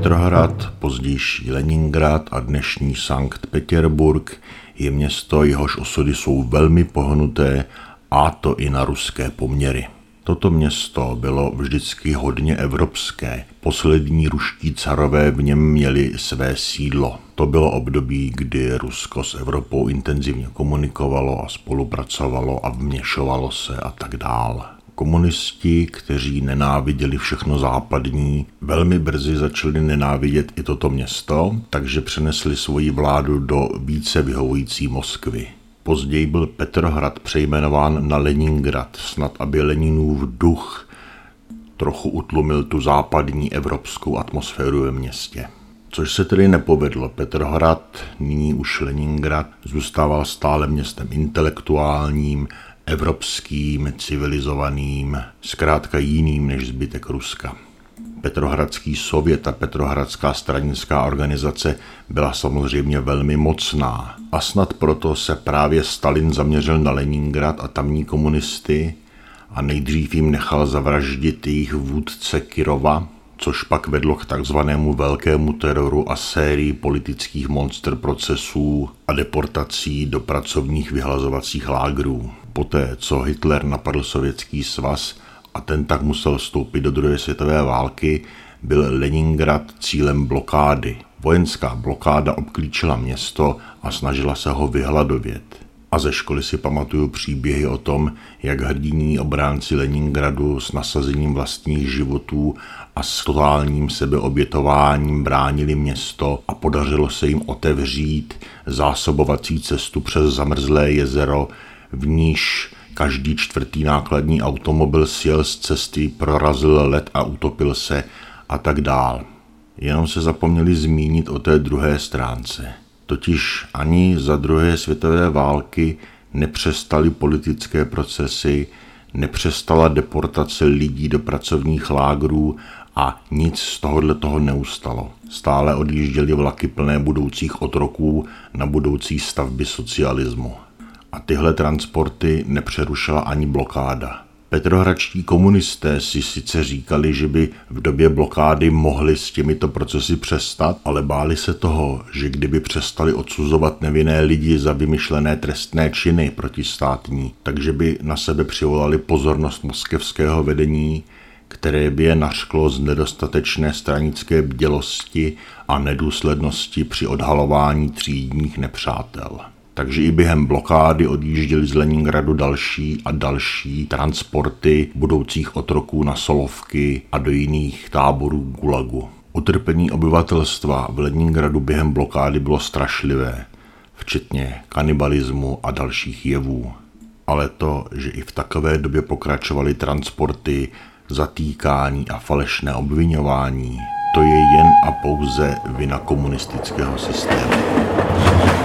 Petrohrad, pozdější Leningrad a dnešní Sankt Petěrburg je město, jehož osudy jsou velmi pohnuté, a to i na ruské poměry. Toto město bylo vždycky hodně evropské. Poslední ruští carové v něm měli své sídlo. To bylo období, kdy Rusko s Evropou intenzivně komunikovalo a spolupracovalo a vměšovalo se a tak dál. Komunisti, kteří nenáviděli všechno západní, velmi brzy začali nenávidět i toto město, takže přenesli svoji vládu do více vyhovující Moskvy. Později byl Petrohrad přejmenován na Leningrad, snad aby Leninův duch trochu utlumil tu západní evropskou atmosféru ve městě. Což se tedy nepovedlo. Petrohrad, nyní už Leningrad, zůstával stále městem intelektuálním, evropským, civilizovaným, zkrátka jiným než zbytek Ruska. Petrohradský sovět a Petrohradská stranická organizace byla samozřejmě velmi mocná a snad proto se právě Stalin zaměřil na Leningrad a tamní komunisty a nejdřív jim nechal zavraždit jejich vůdce Kirova, což pak vedlo k takzvanému velkému teroru a sérii politických monster procesů a deportací do pracovních vyhlazovacích lágrů. Poté, co Hitler napadl Sovětský svaz a ten tak musel vstoupit do druhé světové války, byl Leningrad cílem blokády. Vojenská blokáda obklíčila město a snažila se ho vyhladovět. A ze školy si pamatuju příběhy o tom, jak hrdinní obránci Leningradu s nasazením vlastních životů a s totálním sebeobětováním bránili město a podařilo se jim otevřít zásobovací cestu přes zamrzlé jezero, v níž každý čtvrtý nákladní automobil sjel z cesty, prorazil led a utopil se a tak dál. Jenom se zapomněli zmínit o té druhé stránce. Totiž ani za druhé světové války nepřestaly politické procesy, nepřestala deportace lidí do pracovních lágrů a nic z toho neustalo. Stále odjížděly vlaky plné budoucích otroků na budoucí stavby socialismu. A tyhle transporty nepřerušila ani blokáda. Petrohradští komunisté si sice říkali, že by v době blokády mohli s těmito procesy přestat, ale báli se toho, že kdyby přestali odsuzovat nevinné lidi za vymyšlené trestné činy protistátní, takže by na sebe přivolali pozornost moskevského vedení, které by je nařklo z nedostatečné stranické bdělosti a nedůslednosti při odhalování třídních nepřátel. Takže i během blokády odjížděly z Leningradu další a další transporty budoucích otroků na Solovky a do jiných táborů Gulagu. Utrpení obyvatelstva v Leningradu během blokády bylo strašlivé, včetně kanibalismu a dalších jevů. Ale to, že i v takové době pokračovaly transporty, zatýkání a falešné obviňování, to je jen a pouze vina komunistického systému.